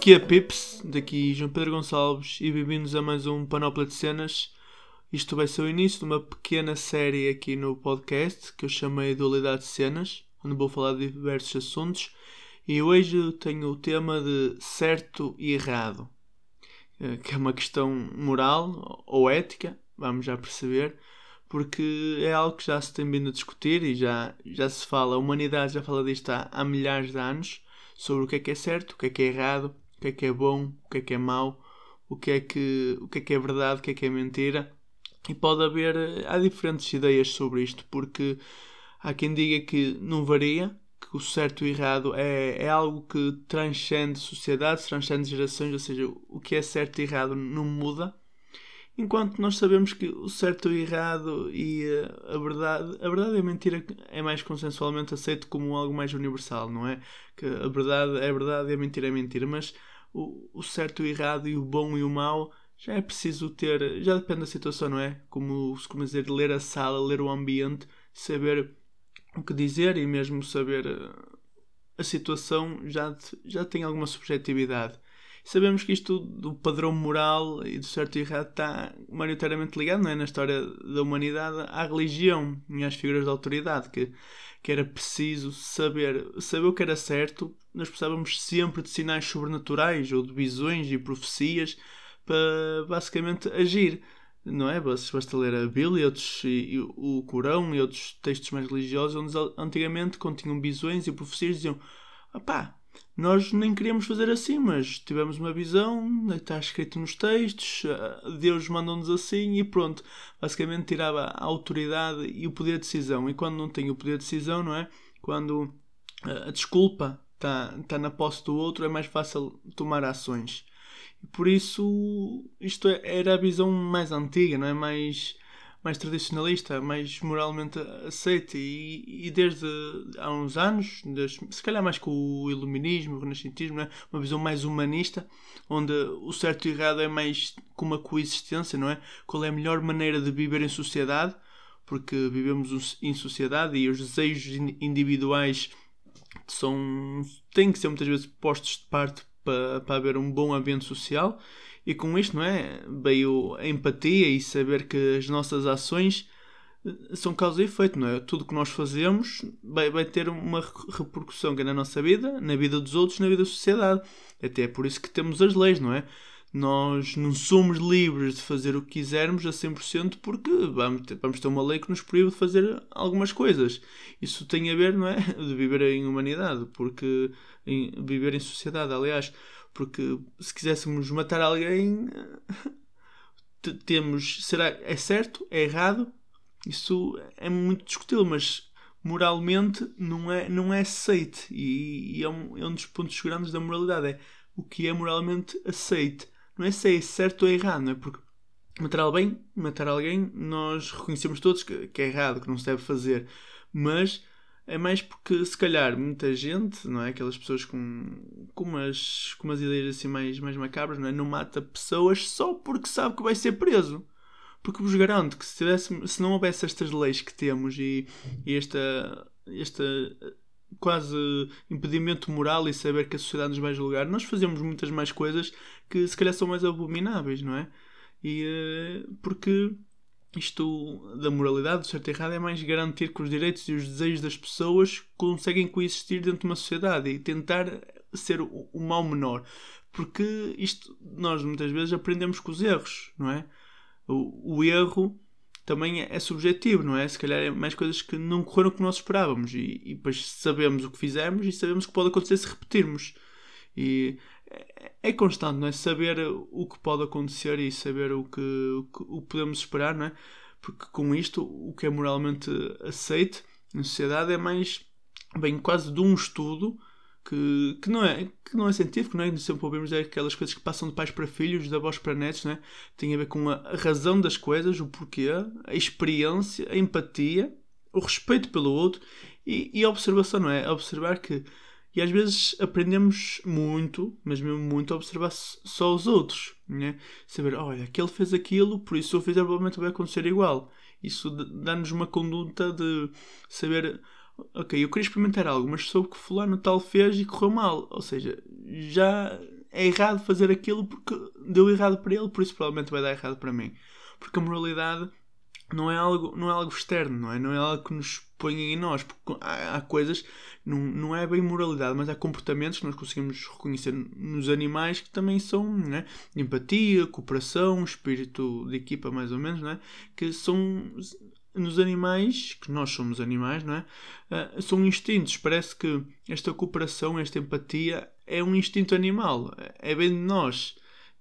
que é Pips? Daqui João Pedro Gonçalves e bem-vindos a mais um Panóplia de Cenas. Isto vai ser o início de uma pequena série aqui no podcast que eu chamei Dualidade de Cenas, onde vou falar de diversos assuntos. E hoje tenho o tema de certo e errado, que é uma questão moral ou ética, vamos já perceber, porque é algo que já se tem vindo a discutir e já se fala, a humanidade já fala disto há milhares de anos, sobre o que é certo, o que é errado, o que é bom, o que é mau, o que é verdade, o que é mentira. E pode haver, há diferentes ideias sobre isto, porque há quem diga que não varia, que o certo e o errado é algo que transcende sociedades, transcende gerações, ou seja, o que é certo e errado não muda. Enquanto nós sabemos que o certo e o errado e a verdade e a mentira é mais consensualmente aceito como algo mais universal, não é? Que a verdade é verdade e a mentira é mentira, mas o certo e o errado e o bom e o mau já é preciso ter, já depende da situação, não é? Como se costuma dizer, ler a sala, ler o ambiente, saber o que dizer e mesmo saber a situação já tem alguma subjetividade. Sabemos que isto do padrão moral e do certo e errado está maioritariamente ligado, não é? Na história da humanidade à religião e às figuras de autoridade, que era preciso saber o que era certo. Nós precisávamos sempre de sinais sobrenaturais ou de visões e profecias para basicamente agir, não é? Basta ler a Bíblia e o Corão e outros textos mais religiosos onde antigamente continham visões e profecias e diziam: opá, nós nem queríamos fazer assim, mas tivemos uma visão, está escrito nos textos, Deus mandou-nos assim e pronto. Basicamente tirava a autoridade e o poder de decisão. E quando não tem o poder de decisão, não é? Quando a desculpa está na posse do outro, é mais fácil tomar ações. E por isso, isto era a visão mais antiga, não é? Mais tradicionalista, mais moralmente aceita e desde há uns anos, se calhar mais com o iluminismo, o renascentismo, não é? Uma visão mais humanista, onde o certo e o errado é mais como uma coexistência, não é? Qual é a melhor maneira de viver em sociedade, porque vivemos em sociedade e os desejos individuais têm que ser muitas vezes postos de parte para haver um bom ambiente social. E com isto, não é? Veio a empatia e saber que as nossas ações são causa e efeito, não é? Tudo que nós fazemos vai ter uma repercussão que é na nossa vida, na vida dos outros, na vida da sociedade. Até é por isso que temos as leis, não é? Nós não somos livres de fazer o que quisermos a 100% porque vamos ter uma lei que nos proíbe de fazer algumas coisas. Isso tem a ver, não é? De viver em humanidade, porque viver em sociedade, aliás. Porque se quiséssemos matar alguém, é certo? É errado? Isso é muito discutível, mas moralmente não é aceite. E é um dos pontos grandes da moralidade. É o que é moralmente aceite. Não é se é certo ou errado, não é? Porque matar alguém, nós reconhecemos todos que é errado, que não se deve fazer. Mas é mais porque, se calhar, muita gente, não é? Aquelas pessoas com umas ideias assim mais macabras, não é? Não mata pessoas só porque sabe que vai ser preso. Porque vos garanto que se não houvesse estas leis que temos e esta quase impedimento moral e saber que a sociedade nos vai julgar, nós fazemos muitas mais coisas que se calhar são mais abomináveis, não é? E porque isto da moralidade, do certo e errado, é mais garantir que os direitos e os desejos das pessoas conseguem coexistir dentro de uma sociedade e tentar ser o mal menor. Porque isto nós muitas vezes aprendemos com os erros, não é? O erro também é subjetivo, não é? Se calhar é mais coisas que não correram como nós esperávamos e depois sabemos o que fizemos e sabemos o que pode acontecer se repetirmos. E é constante, não é? Saber o que pode acontecer e saber o que podemos esperar, não é? Porque com isto, o que é moralmente aceito na sociedade é mais, bem, quase de um estudo que não é científico, não é? Sempre ouvimos aquelas coisas que passam de pais para filhos, de avós para netos, não é? Tem a ver com a razão das coisas, o porquê, a experiência, a empatia, o respeito pelo outro e a observação, não é? A observar que... E às vezes aprendemos muito, mas mesmo muito, a observar só os outros, né? Saber, olha, aquele fez aquilo, por isso se eu fizer provavelmente vai acontecer igual. Isso dá-nos uma conduta de saber, ok, eu queria experimentar algo, mas soube que fulano tal fez e correu mal. Ou seja, já é errado fazer aquilo porque deu errado para ele, por isso provavelmente vai dar errado para mim. Porque a moralidade não é algo externo, não é? Não é algo que nos ponha em nós. Porque há coisas, não é bem moralidade, mas há comportamentos que nós conseguimos reconhecer nos animais que também são, não é? Empatia, cooperação, espírito de equipa, mais ou menos, não é? Que são nos animais, que nós somos animais, não é? São instintos. Parece que esta cooperação, esta empatia é um instinto animal. É bem de nós.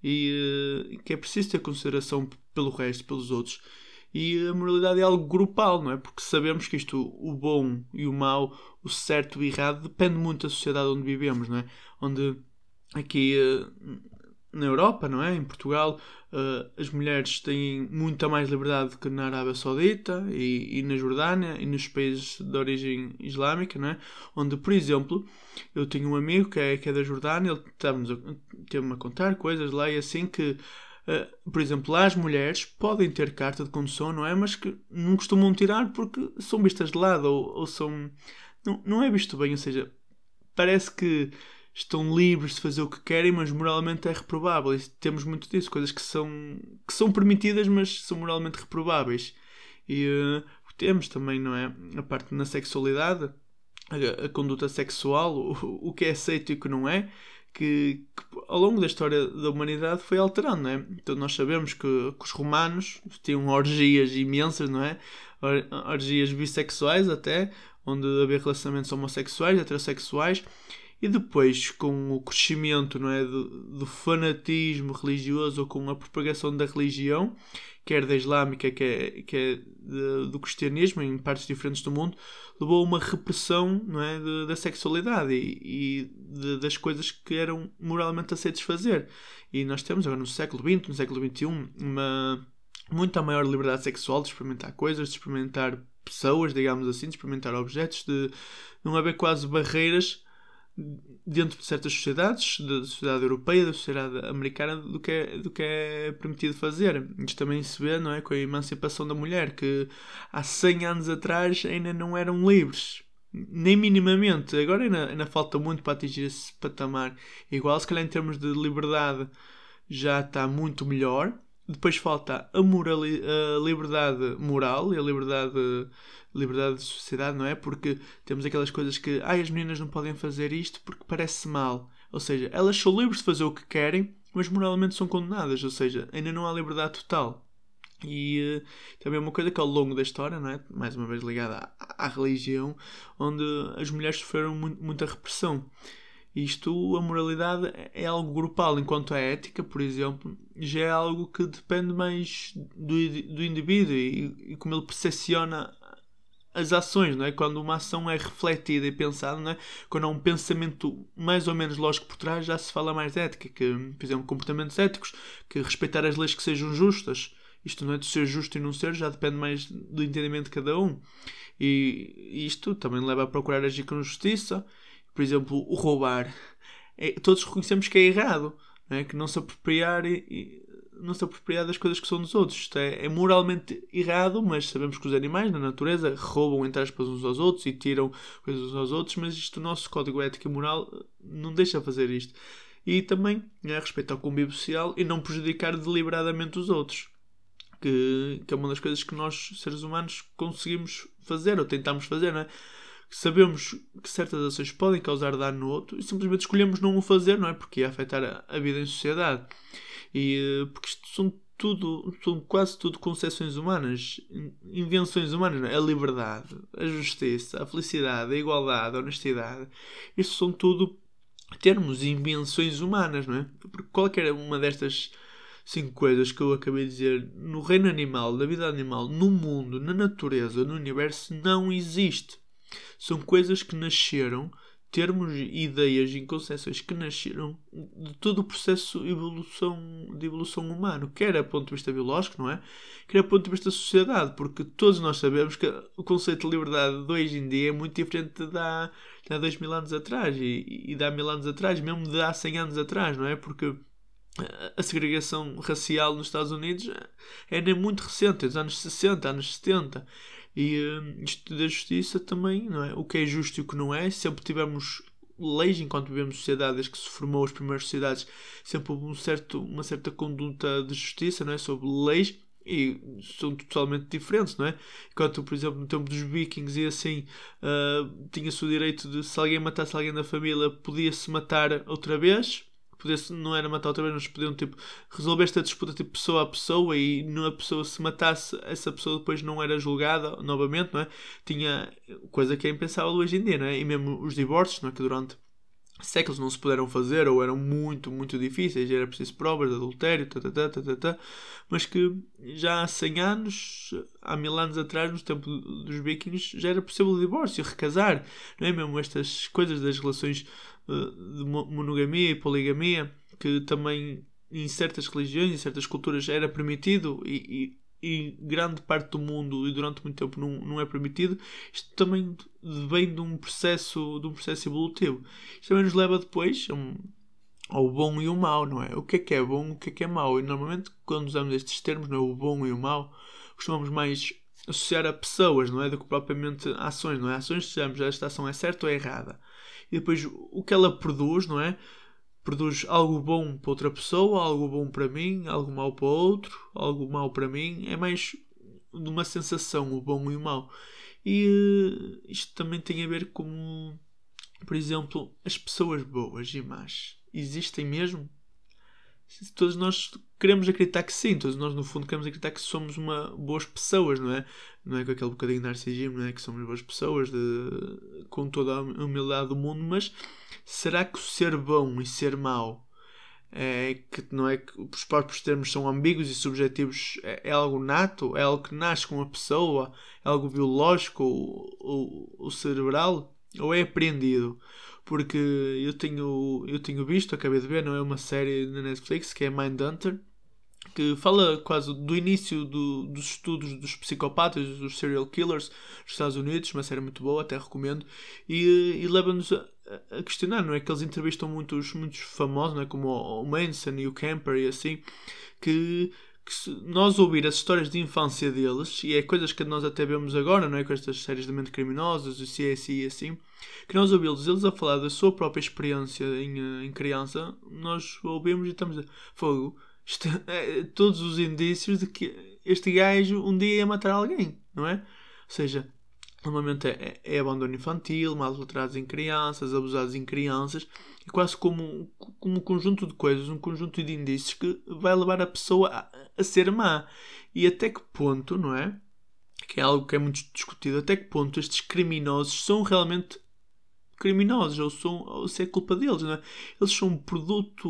E que é preciso ter consideração pelo resto, pelos outros. E a moralidade é algo grupal, não é? Porque sabemos que isto, o bom e o mau, o certo e o errado, depende muito da sociedade onde vivemos, não é? Onde aqui na Europa, não é? Em Portugal, as mulheres têm muita mais liberdade que na Arábia Saudita e na Jordânia e nos países de origem islâmica, não é? Onde, por exemplo, eu tenho um amigo que é da Jordânia, ele teve-me a contar coisas lá e assim que por exemplo, lá as mulheres podem ter carta de condução, não é? Mas que não costumam tirar porque são vistas de lado ou são... Não é visto bem, ou seja, parece que estão livres de fazer o que querem, mas moralmente é reprovável. E temos muito disso, coisas que são permitidas, mas são moralmente reprováveis. E temos também, não é? A parte na sexualidade, a conduta sexual, o que é aceito e o que não é. Que ao longo da história da humanidade foi alterando, não é? Então nós sabemos que os romanos tinham orgias imensas, não é? Orgias bissexuais até, onde havia relacionamentos homossexuais, heterossexuais, e depois com o crescimento, não é, do fanatismo religioso ou com a propagação da religião, quer da islâmica, que é do cristianismo em partes diferentes do mundo, levou a uma repressão, não é, da sexualidade e das coisas que eram moralmente aceitas fazer. E nós temos agora no século XX, no século XXI, uma muita maior liberdade sexual de experimentar coisas, de experimentar pessoas, digamos assim, de experimentar objetos, de não haver quase barreiras dentro de certas sociedades, da sociedade europeia, da sociedade americana, do que é permitido fazer. Isto também se vê, não é, com a emancipação da mulher, que há 100 anos atrás ainda não eram livres. Nem minimamente. Agora ainda falta muito para atingir esse patamar. Igual, se calhar em termos de liberdade já está muito melhor. Depois falta a liberdade moral e a liberdade de sociedade, não é? Porque temos aquelas coisas que as meninas não podem fazer isto porque parece mal. Ou seja, elas são livres de fazer o que querem, mas moralmente são condenadas. Ou seja, ainda não há liberdade total. E também é uma coisa que ao longo da história, não é? Mais uma vez ligada à religião, onde as mulheres sofreram muita repressão. Isto, a moralidade é algo grupal, enquanto a ética, por exemplo, já é algo que depende mais do indivíduo e como ele percepciona as ações, não é? Quando uma ação é refletida e pensada, não é? Quando há um pensamento mais ou menos lógico por trás, já se fala mais de ética, que, por exemplo, comportamentos éticos, que respeitar as leis que sejam justas. Isto não é de ser justo e não ser, já depende mais do entendimento de cada um. E isto também leva a procurar agir com justiça. Por exemplo, o roubar. Todos reconhecemos que é errado, não é? Que não se apropriar não se apropriar das coisas que são dos outros. Isto é moralmente errado, mas sabemos que os animais na natureza roubam entre aspas uns aos outros e tiram coisas uns aos outros, mas isto, o nosso código ético e moral não deixa fazer isto. E também respeitar o convívio social e não prejudicar deliberadamente os outros. Que é uma das coisas que nós, seres humanos, conseguimos fazer ou tentamos fazer, não é? Sabemos que certas ações podem causar dano no outro e simplesmente escolhemos não o fazer, não é? Porque ia afetar a vida em sociedade. E porque isto são quase tudo concepções humanas, invenções humanas, não é? A liberdade, a justiça, a felicidade, a igualdade, a honestidade. Isto são tudo termos e invenções humanas, não é? Porque qualquer uma destas 5 coisas que eu acabei de dizer no reino animal, na vida animal, no mundo, na natureza, no universo, não existe. São coisas que nasceram, termos, ideias e concepções que nasceram de todo o processo de evolução humano, quer a ponto de vista biológico, não é? Quer a ponto de vista da sociedade, porque todos nós sabemos que o conceito de liberdade de hoje em dia é muito diferente de há 2000 anos atrás e de há 1000 anos atrás, mesmo de há 100 anos atrás, não é? Porque a segregação racial nos Estados Unidos é nem muito recente, é dos anos 60, anos 70. E isto da justiça também, não é? O que é justo e o que não é. Sempre tivemos leis enquanto vivemos sociedade, desde que se formou as primeiras sociedades, sempre houve uma certa conduta de justiça, não é? Sobre leis, e são totalmente diferentes, não é? Enquanto, por exemplo, no tempo dos vikings e assim, tinha-se o direito de, se alguém matasse alguém da família, podia-se matar outra vez. Podia-se, não era matar outra vez, mas podiam tipo, resolver esta disputa tipo, pessoa a pessoa, e a pessoa se matasse, essa pessoa depois não era julgada novamente, não é? Tinha coisa que é impensável hoje em dia, não é? E mesmo os divórcios, não é? Que durante séculos não se puderam fazer ou eram muito, muito difíceis, era preciso provas de adultério, mas que já há 100 anos, há 1000 anos atrás, no tempo dos vikings, já era possível o divórcio, recasar, não é? Mesmo estas coisas das relações de monogamia e poligamia, que também em certas religiões, em certas culturas era permitido, e grande parte do mundo e durante muito tempo não é permitido. Isto também vem de um processo evolutivo. Isto também nos leva depois ao bom e o mau, não é? O que é bom, o que é mau? E normalmente quando usamos estes termos, não é? O bom e o mau, costumamos mais associar a pessoas, não é? Do que propriamente a ações, não é? Ações, dizemos, esta ação é certa ou é errada. E depois o que ela produz, não é? Produz algo bom para outra pessoa, algo bom para mim, algo mau para outro, algo mau para mim. É mais de uma sensação, o bom e o mau. E isto também tem a ver com, por exemplo, as pessoas boas e más. Existem mesmo? Todos nós queremos acreditar que sim, todos nós no fundo queremos acreditar que somos boas pessoas, não é? Não é com aquele bocadinho de narcisismo, não é? Que somos boas pessoas com toda a humildade do mundo, mas será que o ser bom e ser mau que não é que os próprios termos são ambíguos e subjetivos, é algo nato, é algo que nasce com a pessoa, é algo biológico ou cerebral, ou é aprendido? Porque eu tenho visto, acabei de ver, não é, uma série na Netflix que é Mindhunter, que fala quase do início dos estudos dos psicopatas, dos serial killers dos Estados Unidos, uma série muito boa, até recomendo, e leva-nos a questionar, não é? Que eles entrevistam muitos famosos, não é? Como o Manson e o Camper e assim, que se nós ouvir as histórias de infância deles, e é coisas que nós até vemos agora, não é? Com estas séries de mente criminosas, o CSI e assim, que nós ouvimos eles a falar da sua própria experiência em criança, nós ouvimos e estamos a fogo. Todos os indícios de que este gajo um dia ia matar alguém, não é? Ou seja, normalmente é abandono infantil, maus tratos em crianças, abusados em crianças, é quase como um conjunto de coisas, um conjunto de indícios que vai levar a pessoa a ser má. E até que ponto, não é? Que é algo que é muito discutido, até que ponto estes criminosos são realmente criminosos, ou se é culpa deles, não é? Eles são um produto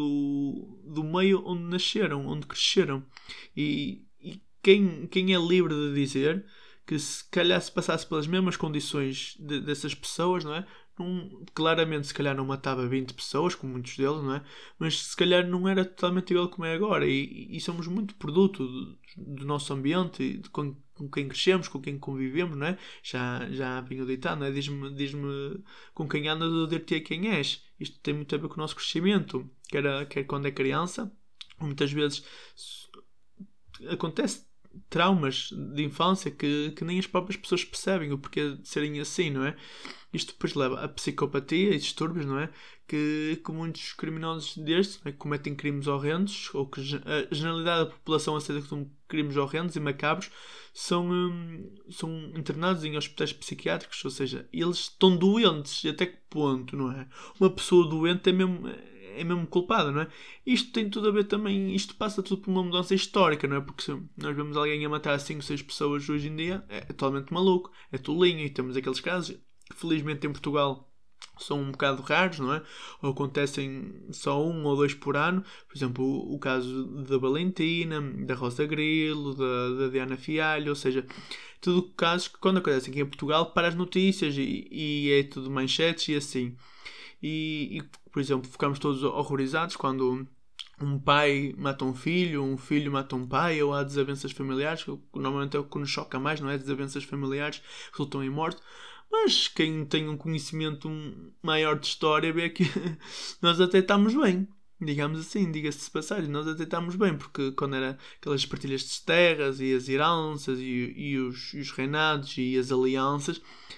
do meio onde nasceram, onde cresceram. E quem é livre de dizer que se calhar se passasse pelas mesmas condições dessas pessoas, não é? Claramente se calhar não matava 20 pessoas, como muitos deles, não é? Mas se calhar não era totalmente igual como é agora. E somos muito produto do nosso ambiente, com quem crescemos, com quem convivemos, não é? Já vinha ditado, não é? Diz-me com quem andas, eu dir-te quem és. Isto tem muito a ver com o nosso crescimento, quer quando é criança, muitas vezes acontece traumas de infância que nem as próprias pessoas percebem o porquê de serem assim, não é? Isto depois leva a psicopatia e distúrbios, não é? Que muitos criminosos destes, não é? Cometem crimes horrendos, ou que a generalidade da população aceita que são crimes horrendos e macabros, são internados em hospitais psiquiátricos, ou seja, eles estão doentes. E até que ponto, não é? Uma pessoa doente é mesmo culpada, não é? Isto tem tudo a ver também, isto passa tudo por uma mudança histórica, não é? Porque se nós vemos alguém a matar 5 ou 6 pessoas hoje em dia, é totalmente maluco, é tolinho, e temos aqueles casos, felizmente em Portugal, são um bocado raros, não é? Ou acontecem só 1 ou 2 por ano. Por exemplo, o caso da Valentina, da Rosa Grilo, da Diana Fialho, ou seja, tudo casos que quando acontecem aqui em Portugal para as notícias e é tudo manchetes e assim. E, por exemplo, ficamos todos horrorizados quando um pai mata um filho mata um pai, ou há desavenças familiares, que normalmente é o que nos choca mais, não é? Desavenças familiares que resultam em morte. Mas quem tem um conhecimento maior de história vê que nós até estamos bem. Digamos assim, diga-se de passagem, nós até estamos bem, porque quando era aquelas partilhas de terras e as heranças e os reinados e as alianças,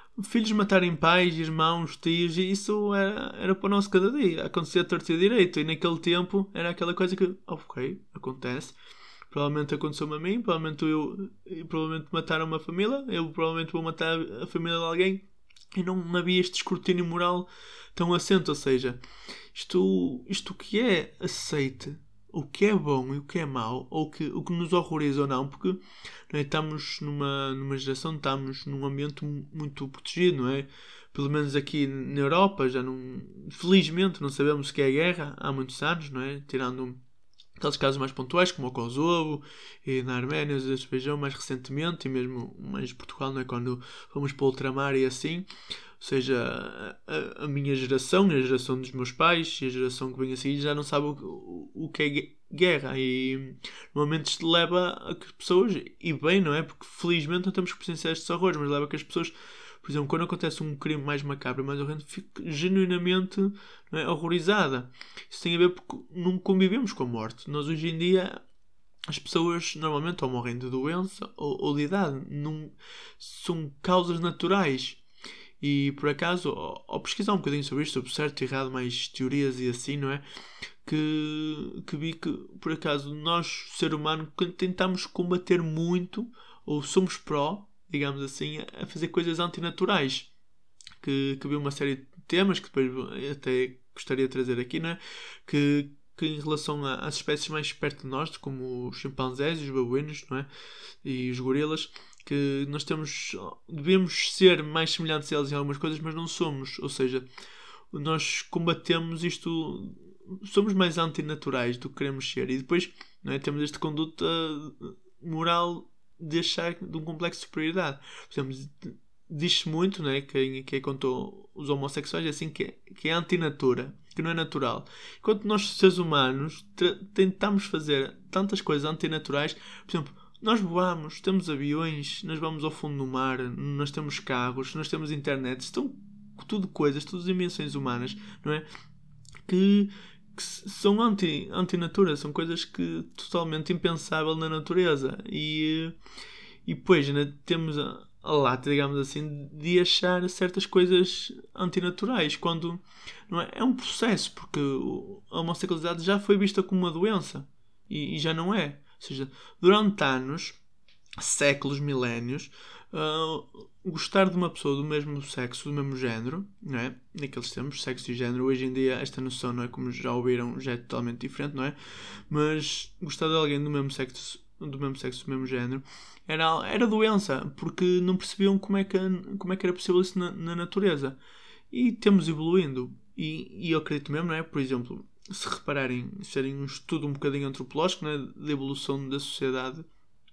filhos matarem pais, irmãos, tios, e isso era para o nosso cada dia. Acontecia torto e direito. E naquele tempo era aquela coisa que, ok, acontece. Provavelmente aconteceu-me a mim, provavelmente mataram uma família, eu provavelmente vou matar a família de alguém. E não havia este escrutínio moral tão assente. Ou seja, isto que é aceite, o que é bom e o que é mau, ou o que nos horroriza ou não, porque não é, estamos numa geração, estamos num ambiente muito protegido, não é? Pelo menos aqui na Europa, já não, felizmente não sabemos o que é guerra há muitos anos, não é? Tirando aqueles casos mais pontuais, como o Kosovo e na Arménia, o Azerbaijão mais recentemente, e mesmo mais Portugal, não é? Quando fomos para o ultramar e assim. Ou seja, a minha geração, a geração dos meus pais e a geração que vem a seguir já não sabe o que é guerra. E normalmente isto leva a que pessoas, e bem, não é? Porque felizmente não temos que presenciar estes horrores, mas leva a que as pessoas, por exemplo, quando acontece um crime mais macabro, mais horrendo, fique genuinamente, não é, horrorizada. Isso tem a ver porque não convivemos com a morte. Nós hoje em dia, as pessoas normalmente ou morrem de doença ou de idade. Não, são causas naturais. E por acaso, ao pesquisar um bocadinho sobre isto, sobre certo e errado, mais teorias e assim, não é? Que vi que, por acaso, nós, ser humano, tentamos combater muito, ou somos pró, digamos assim, a fazer coisas antinaturais. Que vi uma série de temas que depois até gostaria de trazer aqui, não é? Que em relação às espécies mais perto de nós, como os chimpanzés e os babuínos, não é? E os gorilas, que nós devemos ser mais semelhantes a eles em algumas coisas, mas não somos. Ou seja, nós combatemos isto, somos mais antinaturais do que queremos ser. E depois, não é, temos esta conduta moral de achar de um complexo de superioridade. Por exemplo, diz-se muito, não é, quem contou os homossexuais, é assim que é antinatura, que não é natural. Enquanto nós, seres humanos, tentamos fazer tantas coisas antinaturais. Por exemplo, nós voamos, temos aviões, nós vamos ao fundo do mar, nós temos carros, nós temos internet. Estão tudo coisas, todas dimensões humanas, não é? Que são antinatura, são coisas que totalmente impensável na natureza. E depois ainda temos a lata, digamos assim, de achar certas coisas antinaturais, quando não é um processo, porque a homossexualidade já foi vista como uma doença e já não é. Ou seja, durante anos, séculos, milénios, gostar de uma pessoa do mesmo sexo, do mesmo género, não é? Naqueles tempos, sexo e género, hoje em dia esta noção, não é? Como já ouviram, já é totalmente diferente, não é? Mas gostar de alguém do mesmo sexo, do mesmo género, era doença, porque não percebiam como é que era possível isso na natureza. E temos evoluindo. E eu acredito mesmo, não é? Por exemplo, se repararem, serem um estudo um bocadinho antropológico, não é? Da evolução da sociedade,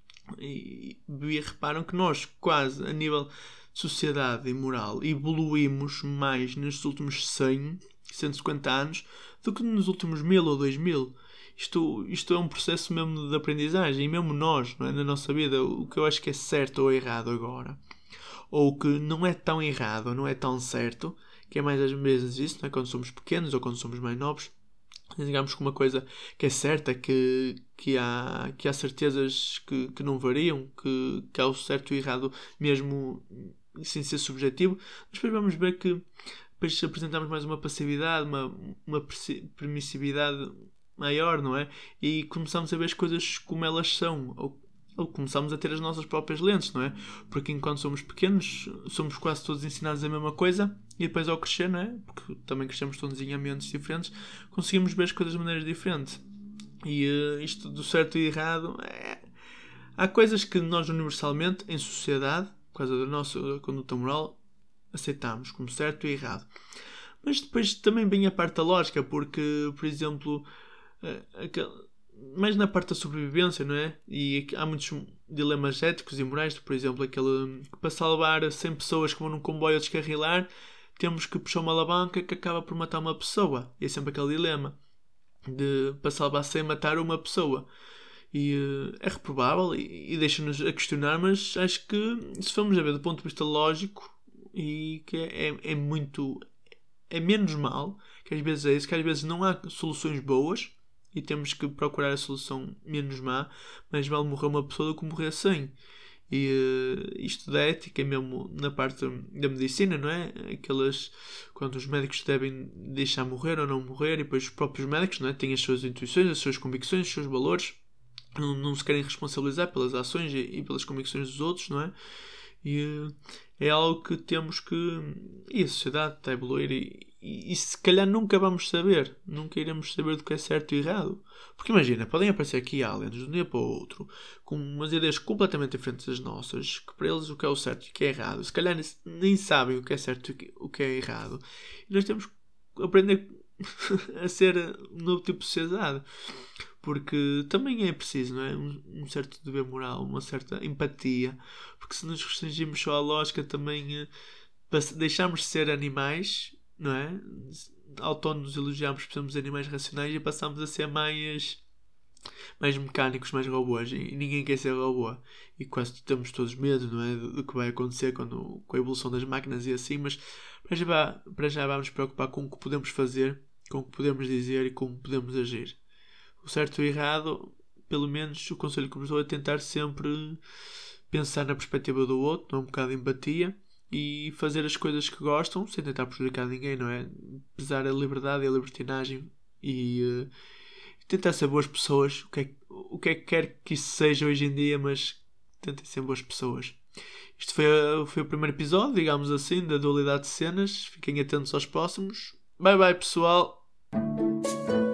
e reparam que nós, quase a nível de sociedade e moral, evoluímos mais nestes últimos 100, 150 anos do que nos últimos 1000 ou 2000. Isto é um processo mesmo de aprendizagem, e mesmo nós, não é? Na nossa vida, o que eu acho que é certo ou errado agora, ou que não é tão errado ou não é tão certo, que é mais às vezes isso, não é? Quando somos pequenos ou quando somos mais novos, digamos que uma coisa que é certa, que há certezas que não variam, que há o certo e o errado mesmo sem ser subjetivo, mas depois vamos ver que depois apresentamos mais uma passividade, uma permissividade maior, não é? E começamos a ver as coisas como elas são, ou começamos a ter as nossas próprias lentes, não é? Porque enquanto somos pequenos, somos quase todos ensinados a mesma coisa, e depois ao crescer, não é? Porque também crescemos todos em ambientes diferentes, conseguimos ver as coisas de maneiras diferentes. E isto do certo e errado, há coisas que nós universalmente, em sociedade, por causa da nossa conduta moral, aceitamos como certo e errado. Mas depois também vem a parte da lógica, porque, por exemplo, mais na parte da sobrevivência, não é? E há muitos dilemas éticos e morais, por exemplo, aquele que para salvar 100 pessoas que vão num comboio a descarrilar, temos que puxar uma alavanca que acaba por matar uma pessoa. E é sempre aquele dilema de para salvar 100 matar uma pessoa. E é reprovável e deixa-nos a questionar, mas acho que se formos a ver do ponto de vista lógico, e que é muito, é menos mal, que às vezes é isso, que às vezes não há soluções boas e temos que procurar a solução menos má, mas vale morrer uma pessoa do que morrer 100. E isto da ética, mesmo na parte da medicina, não é? Aquelas, quando os médicos devem deixar morrer ou não morrer, e depois os próprios médicos, não é? Têm as suas intuições, as suas convicções, os seus valores, não se querem responsabilizar pelas ações e pelas convicções dos outros, não é? E é algo que temos que. E a sociedade está a evoluir e se calhar nunca vamos saber, nunca iremos saber do que é certo e errado. Porque imagina, podem aparecer aqui aliens de um dia para o outro com umas ideias completamente diferentes das nossas, que para eles o que é o certo e o que é errado, se calhar nem sabem o que é certo e o que é errado. E nós temos que aprender a ser um novo tipo de sociedade. Porque também é preciso, não é? Um certo dever moral, uma certa empatia. Porque se nos restringimos só à lógica, também deixamos de ser animais, não é? Autónomos elogiamos por sermos animais racionais e passamos a ser mais mecânicos, mais robôs. E ninguém quer ser robô. E quase temos todos medo, não é? Do que vai acontecer com a evolução das máquinas e assim. Mas para já vamos preocupar com o que podemos fazer, com o que podemos dizer e como podemos agir. O certo e o errado, pelo menos o conselho que vos dou é tentar sempre pensar na perspectiva do outro, dar um bocado de empatia e fazer as coisas que gostam sem tentar prejudicar ninguém, não é? Pesar a liberdade e a libertinagem e tentar ser boas pessoas, o que é que quer que isso seja hoje em dia, mas tentem ser boas pessoas. Isto foi o primeiro episódio, digamos assim, da dualidade de cenas. Fiquem atentos aos próximos. Bye bye, pessoal!